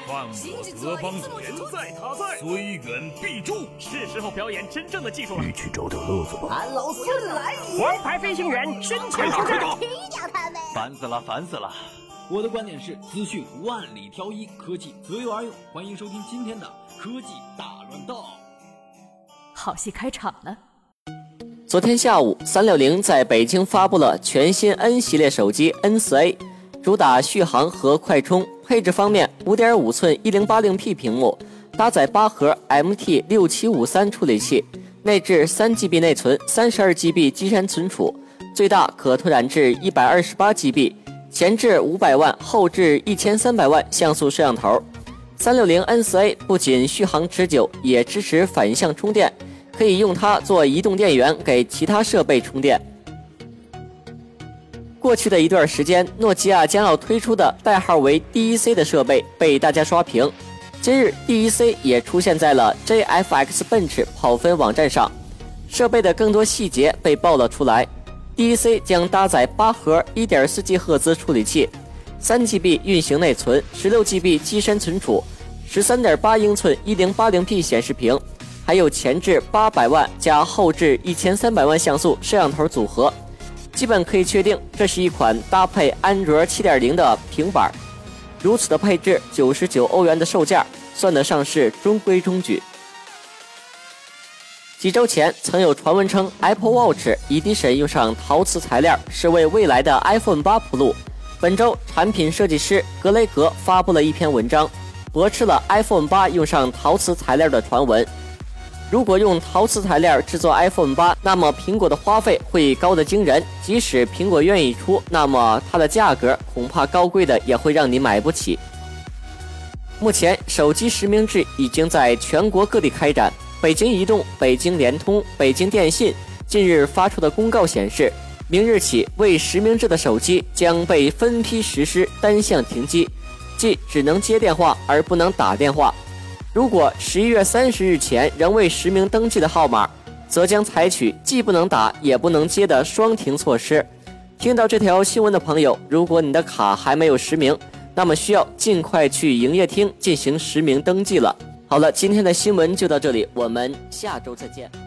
犯我德邦言在他在，虽远必诛。 是时候表演真正的技术了。 一起找点乐子吧。 俺老孙来也！ 王牌飞行员身前出战， 踢掉他们！ 烦死了，烦死了！ 我的观点是，资讯万里挑一，科技择优而用。欢迎收听今天的科技大乱斗。 好戏开场了。 昨天下午，360在北京发布了全新 N 系列手机 N4A， 主打续航和快充。配置方面 ，5.5 寸 1080P 屏幕，搭载8核 MT6753 处理器，内置3GB 内存，32GB 机身存储，最大可拓展至128GB， 前置500万，后置1300万像素摄像头。360 N4A 不仅续航持久，也支持反向充电，可以用它做移动电源给其他设备充电。过去的一段时间，诺基亚将要推出的代号为 DEC 的设备被大家刷屏。今日 DEC 也出现在了 JFX Bench 跑分网站上，设备的更多细节被爆了出来。DEC 将搭载8核 1.4G 赫兹处理器，3GB 运行内存，16GB 机身存储，13.8英寸 1080P 显示屏，还有前置800万加后置1300万像素摄像头组合。基本可以确定，这是一款搭配安卓 7.0 的平板。如此的配置，99欧元的售价，算得上是中规中矩。几周前，曾有传闻称 Apple Watch Edition 用上陶瓷材料，是为未来的 iPhone 8铺路。本周，产品设计师格雷格发布了一篇文章，驳斥了 iPhone 8用上陶瓷材料的传闻。如果用陶瓷材料制作 iPhone 8，那么苹果的花费会高得惊人。即使苹果愿意出，那么它的价格恐怕高贵的也会让你买不起。目前，手机实名制已经在全国各地开展。北京移动、北京联通、北京电信近日发出的公告显示，明日起未实名制的手机将被分批实施单向停机，即只能接电话而不能打电话。如果11月30日前仍未实名登记的号码，则将采取既不能打也不能接的双停措施。听到这条新闻的朋友，如果你的卡还没有实名，那么需要尽快去营业厅进行实名登记了。好了，今天的新闻就到这里，我们下周再见。